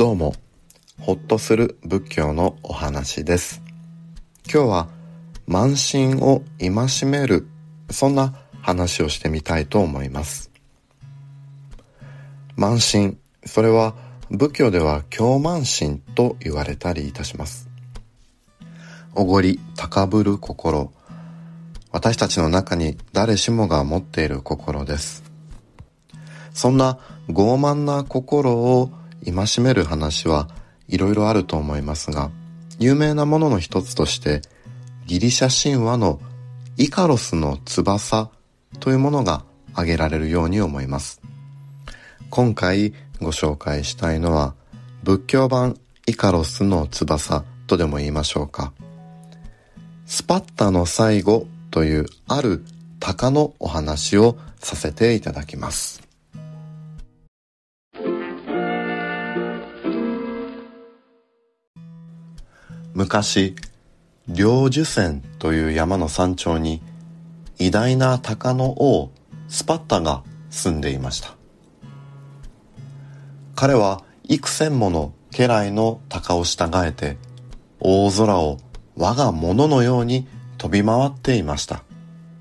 どうも、ほっとする仏教のお話です。今日は慢心を戒める、そんな話をしてみたいと思います。慢心、それは仏教では狂慢心と言われたりいたします。おごり高ぶる心、私たちの中に誰しもが持っている心です。そんな傲慢な心を戒める話はいろいろあると思いますが、有名なものの一つとしてギリシャ神話のイカロスの翼というものが挙げられるように思います。今回ご紹介したいのは仏教版イカロスの翼とでも言いましょうか。スパッタの最後というある鷹のお話をさせていただきます。昔、領寿山という山の山頂に偉大な鷹の王スパッタが住んでいました。彼は幾千もの家来の鷹を従えて大空を我が物のように飛び回っていました。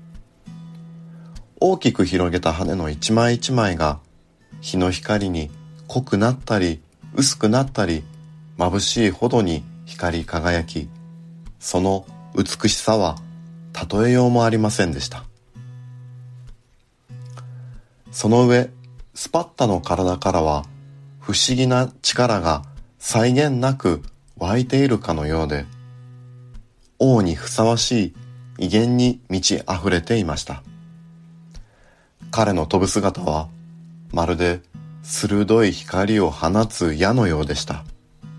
大きく広げた羽の一枚一枚が日の光に濃くなったり薄くなったり眩しいほどに光り輝き、その美しさは例えようもありませんでした。その上、スパッタの体からは不思議な力が際限なく湧いているかのようで、王にふさわしい威厳に満ち溢れていました。彼の飛ぶ姿はまるで鋭い光を放つ矢のようでした。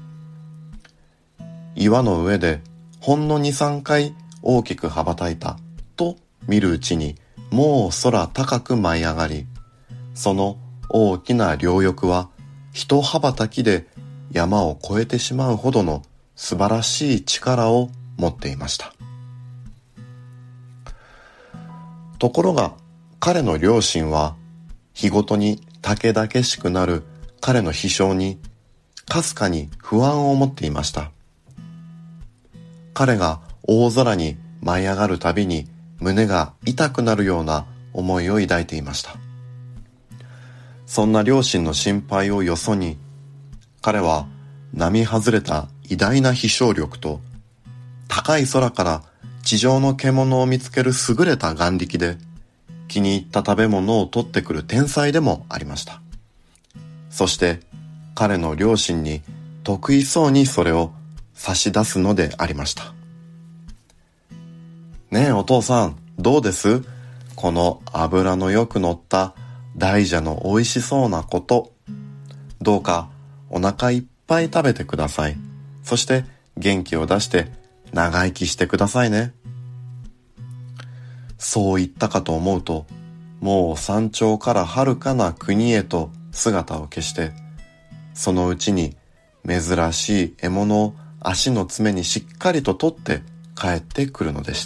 岩の上でほんの 2,3 回大きく羽ばたいたと見るうちにもう空高く舞い上がり、その大きな両翼は一羽ばたきで山を越えてしまうほどの素晴らしい力を持っていました。ところが彼の両親は日ごとに猛々しくなる彼の飛翔にかすかに不安を持っていました。彼が大空に舞い上がるたびに胸が痛くなるような思いを抱いていました。そんな両親の心配をよそに、彼は並外れた偉大な飛翔力と高い空から地上の獣を見つける優れた眼力で気に入った食べ物を取ってくる天才でもありました。そして彼の両親に得意そうにそれを差し出すのでありました。ねえお父さん、どうです？この脂のよく乗った大蛇の美味しそうなこと。どうかお腹いっぱい食べてください。そして元気を出して長生きしてくださいね。そう言ったかと思うと、もう山頂から遥かな国へと姿を消して、そのうちに珍しい獲物を足の爪にしっかりと取って帰ってくるのでした。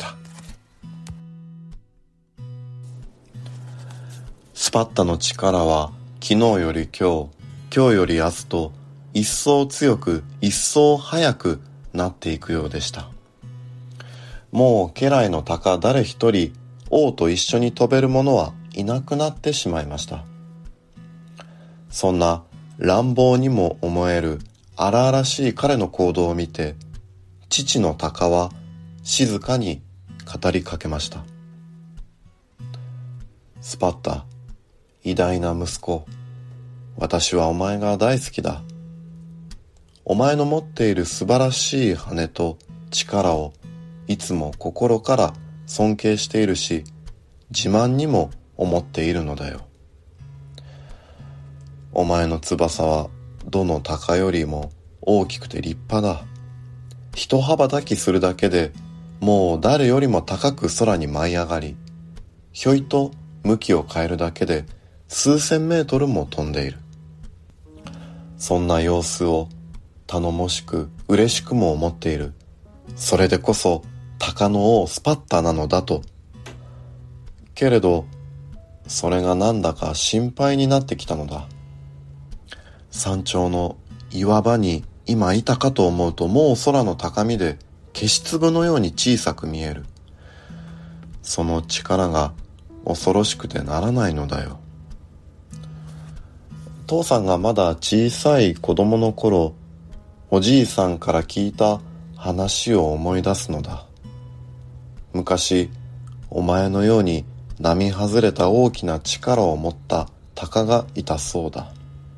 スパッタの力は昨日より今日より明日と一層強く一層速くなっていくようでした。もう家来の鷹誰一人王と一緒に飛べる者はいなくなってしまいました。そんな乱暴にも思える荒々しい彼の行動を見て、父の鷹は静かに語りかけました。スパッタ、偉大な息子、私はお前が大好きだ。お前の持っている素晴らしい羽と力をいつも心から尊敬しているし、自慢にも思っているのだよ。お前の翼はどの鷹よりも大きくて立派だ。一羽ばたきするだけでもう誰よりも高く空に舞い上がり、ひょいと向きを変えるだけで数千メートルも飛んでいる。そんな様子を頼もしく嬉しくも思っている。それでこそ鷹の王スパッタなのだと。けれどそれがなんだか心配になってきたのだ。山頂の岩場に今いたかと思うと、もう空の高みで消し粒のように小さく見える。その力が恐ろしくてならないのだよ。父さんがまだ小さい子供の頃、おじいさんから聞いた話を思い出すのだ。昔、お前のように並外れた大きな力を持った鷹がいたそうだ。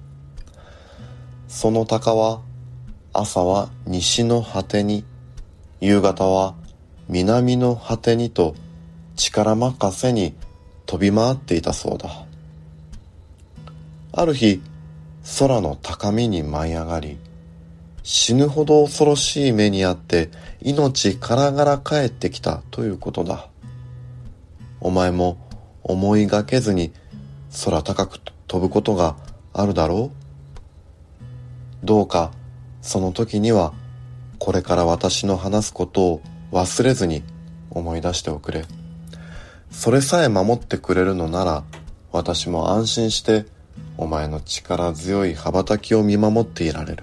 その鷹は、朝は西の果てに、夕方は南の果てにと力任せに飛び回っていたそうだ。ある日、空の高みに舞い上がり、死ぬほど恐ろしい目にあって命からがら帰ってきたということだ。お前も思いがけずに空高く飛ぶことがあるだろう。どうかその時にはこれから私の話すことを忘れずに思い出しておくれ。それさえ守ってくれるのなら、私も安心してお前の力強い羽ばたきを見守っていられる。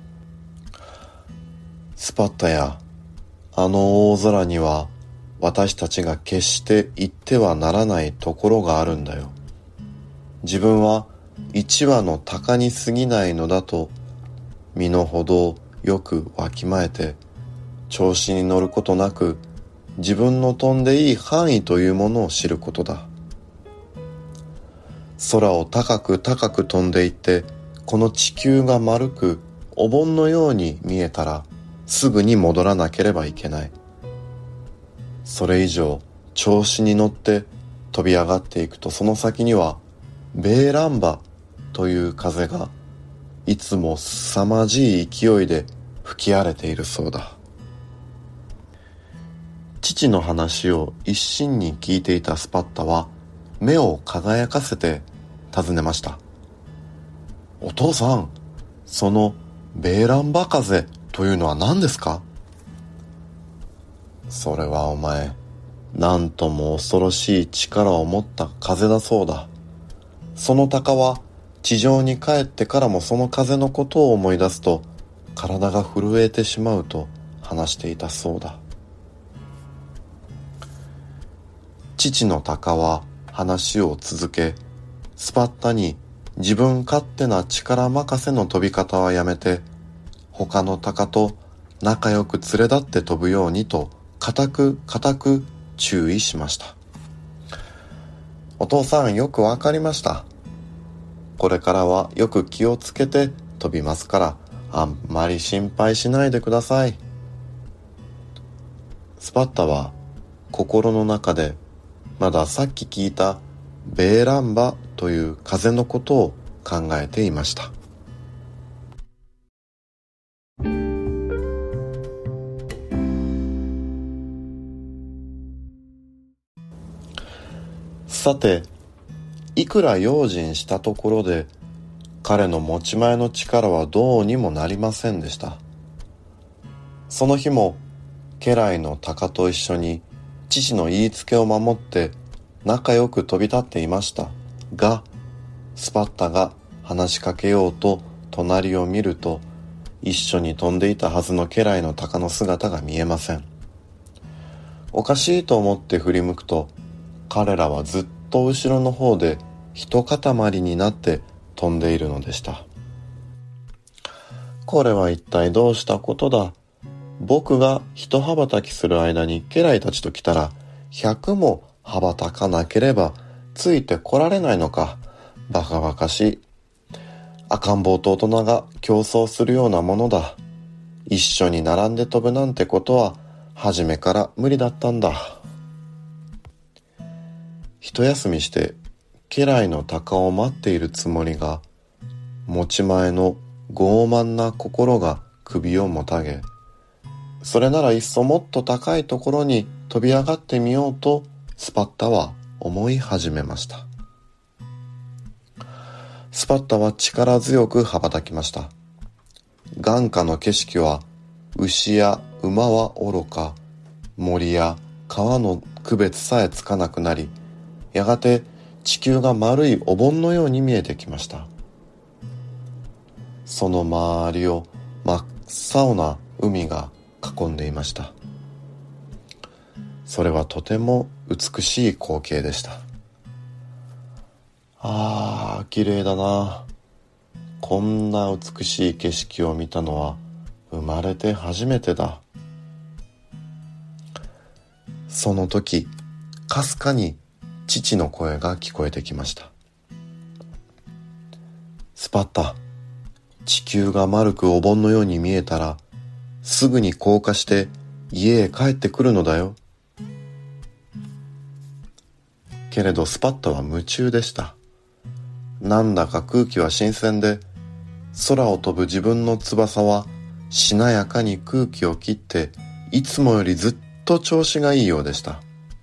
スパッタや、あの大空には私たちが決して行ってはならないところがあるんだよ。自分は一羽の鷹に過ぎないのだと身の程をよくわきまえて、調子に乗ることなく自分の飛んでいい範囲というものを知ることだ。空を高く高く飛んでいって、この地球が丸くお盆のように見えたらすぐに戻らなければいけない。それ以上調子に乗って飛び上がっていくと、その先にはベーランバという風がいつも凄まじい勢いで吹き荒れているそうだ。父の話を一心に聞いていたスパッタは目を輝かせて尋ねました。お父さん、そのベーランバ風というのは何ですか？それはお前、なんとも恐ろしい力を持った風だそうだ。その鷹は地上に帰ってからもその風のことを思い出すと体が震えてしまうと話していたそうだ。父の鷹は話を続け、スパッタに自分勝手な力任せの飛び方はやめて、他の鷹と仲良く連れ立って飛ぶようにと固く注意しました。お父さん、よくわかりました。これからはよく気をつけて飛びますから、あんまり心配しないでください。スパッタは心の中でまださっき聞いたベーランバという風のことを考えていました。さて、いくら用心したところで彼の持ち前の力はどうにもなりませんでした。その日も家来の鷹と一緒に父の言いつけを守って仲良く飛び立っていましたが、スパッタが話しかけようと隣を見ると、一緒に飛んでいたはずの家来の鷹の姿が見えません。おかしいと思って振り向くと、彼らはずっと後ろの方で一塊になって飛んでいるのでした。これは一体どうしたことだ。僕が一羽ばたきする間に家来たちと来たら100も羽ばたかなければついてこられないのか。バカバカしい。赤ん坊と大人が競争するようなものだ。一緒に並んで飛ぶなんてことは初めから無理だったんだ。一休みして家来の鷹を待っているつもりが、持ち前の傲慢な心が首をもたげ、それならいっそもっと高いところに飛び上がってみようとスパッタは思い始めました。スパッタは力強く羽ばたきました。眼下の景色は牛や馬は愚か、森や川の区別さえつかなくなり、やがて地球が丸いお盆のように見えてきました。 その周りを真っ青な海が囲んでいました。それはとても美しい光景でした。綺麗だな。こんな美しい景色を見たのは生まれて初めてだ。その時、かすかに父の声が聞こえてきました。スパッタ、地球が丸くお盆のように見えたら、すぐに降下して家へ帰ってくるのだよ。けれどスパッタは夢中でした。なんだか空気は新鮮で、空を飛ぶ自分の翼はしなやかに空気を切って、いつもよりずっと調子がいいようでした。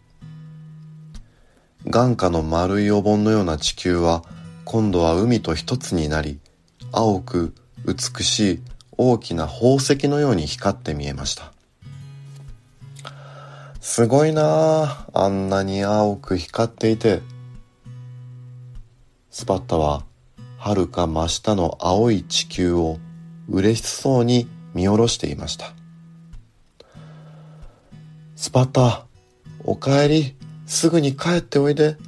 眼下の丸いお盆のような地球は今度は海と一つになり、青く美しい大きな宝石のように光って見えました。すごいなあ、あんなに青く光っていて。スパッタは遥か真下の青い地球を嬉しそうに見下ろしていました。スパッタ、おかえり、すぐに帰っておいで。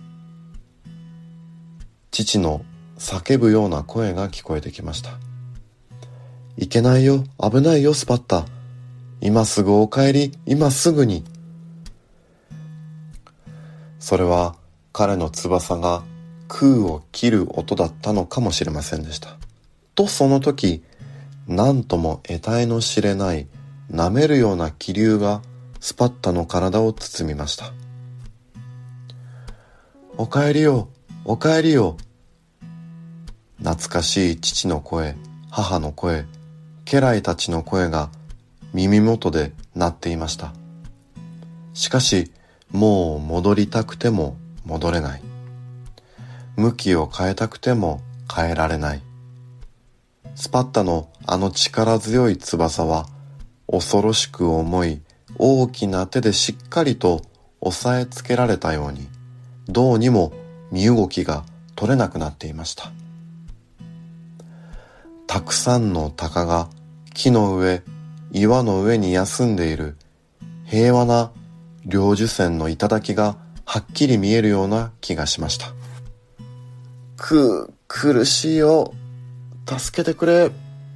父の叫ぶような声が聞こえてきました。いけないよ、危ないよ、スパッタ。今すぐおかえり、今すぐに。それは彼の翼が空を切る音だったのかもしれませんでした。とその時、何とも得体の知れない舐めるような気流がスパッタの体を包みました。おかえりよ、おかえりよ。懐かしい父の声、母の声、家来たちの声が耳元で鳴っていました。しかし、もう戻りたくても戻れない。向きを変えたくても変えられない。スパッタのあの力強い翼は恐ろしく重い大きな手でしっかりと押さえつけられたように、どうにも身動きが取れなくなっていました。たくさんの鷹が木の上、岩の上に休んでいる平和な領樹線の頂がはっきり見えるような気がしました。苦しいよ。助けてくれ。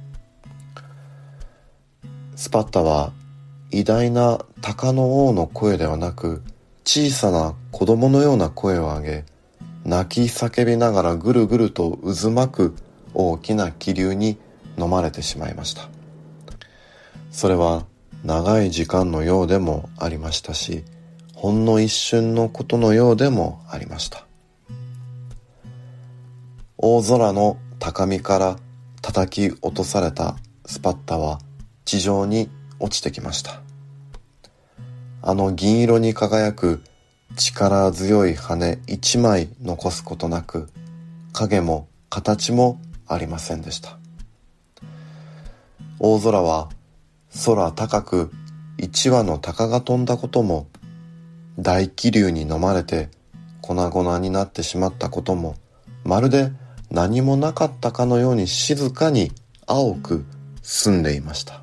スパッタは偉大な鷹の王の声ではなく、小さな子供のような声を上げ、泣き叫びながらぐるぐると渦巻く大きな気流に飲まれてしまいました。それは長い時間のようでもありましたし、ほんの一瞬のことのようでもありました。大空の高みから叩き落とされたスパッタは地上に落ちてきました。あの銀色に輝く力強い羽一枚残すことなく、影も形もありませんでした。大空は空高く一羽の鷹が飛んだことも、大気流に飲まれて粉々になってしまったことも、まるで何もなかったかのように静かに青く澄んでいました。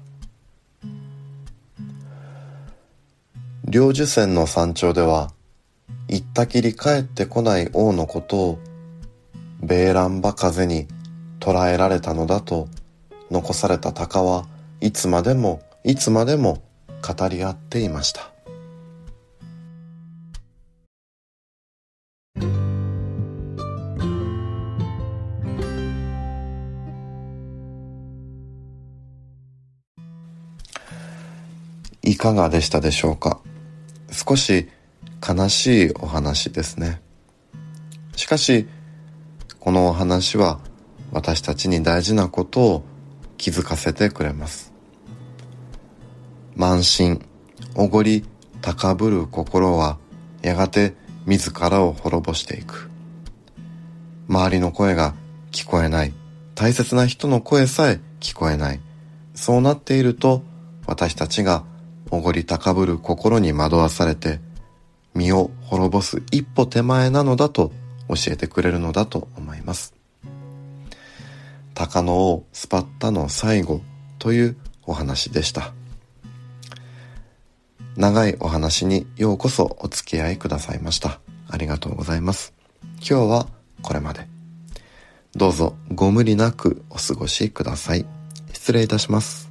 領樹線の山頂では、行ったきり帰ってこない王のことをベーランバ風に捉えられたのだと、残された鷹はいつまでもいつまでも語り合っていました。いかがでしたでしょうか。少し悲しいお話ですね。しかしこのお話は私たちに大事なことを気づかせてくれます。慢心、おごり、高ぶる心はやがて自らを滅ぼしていく。周りの声が聞こえない、大切な人の声さえ聞こえない、そうなっていると、私たちがおごり高ぶる心に惑わされて身を滅ぼす一歩手前なのだと教えてくれるのだと思います。 鷹の尾スパッタの最後というお話でした。長いお話にようこそお付き合いくださいました。ありがとうございます。今日はこれまで。どうぞご無理なくお過ごしください。失礼いたします。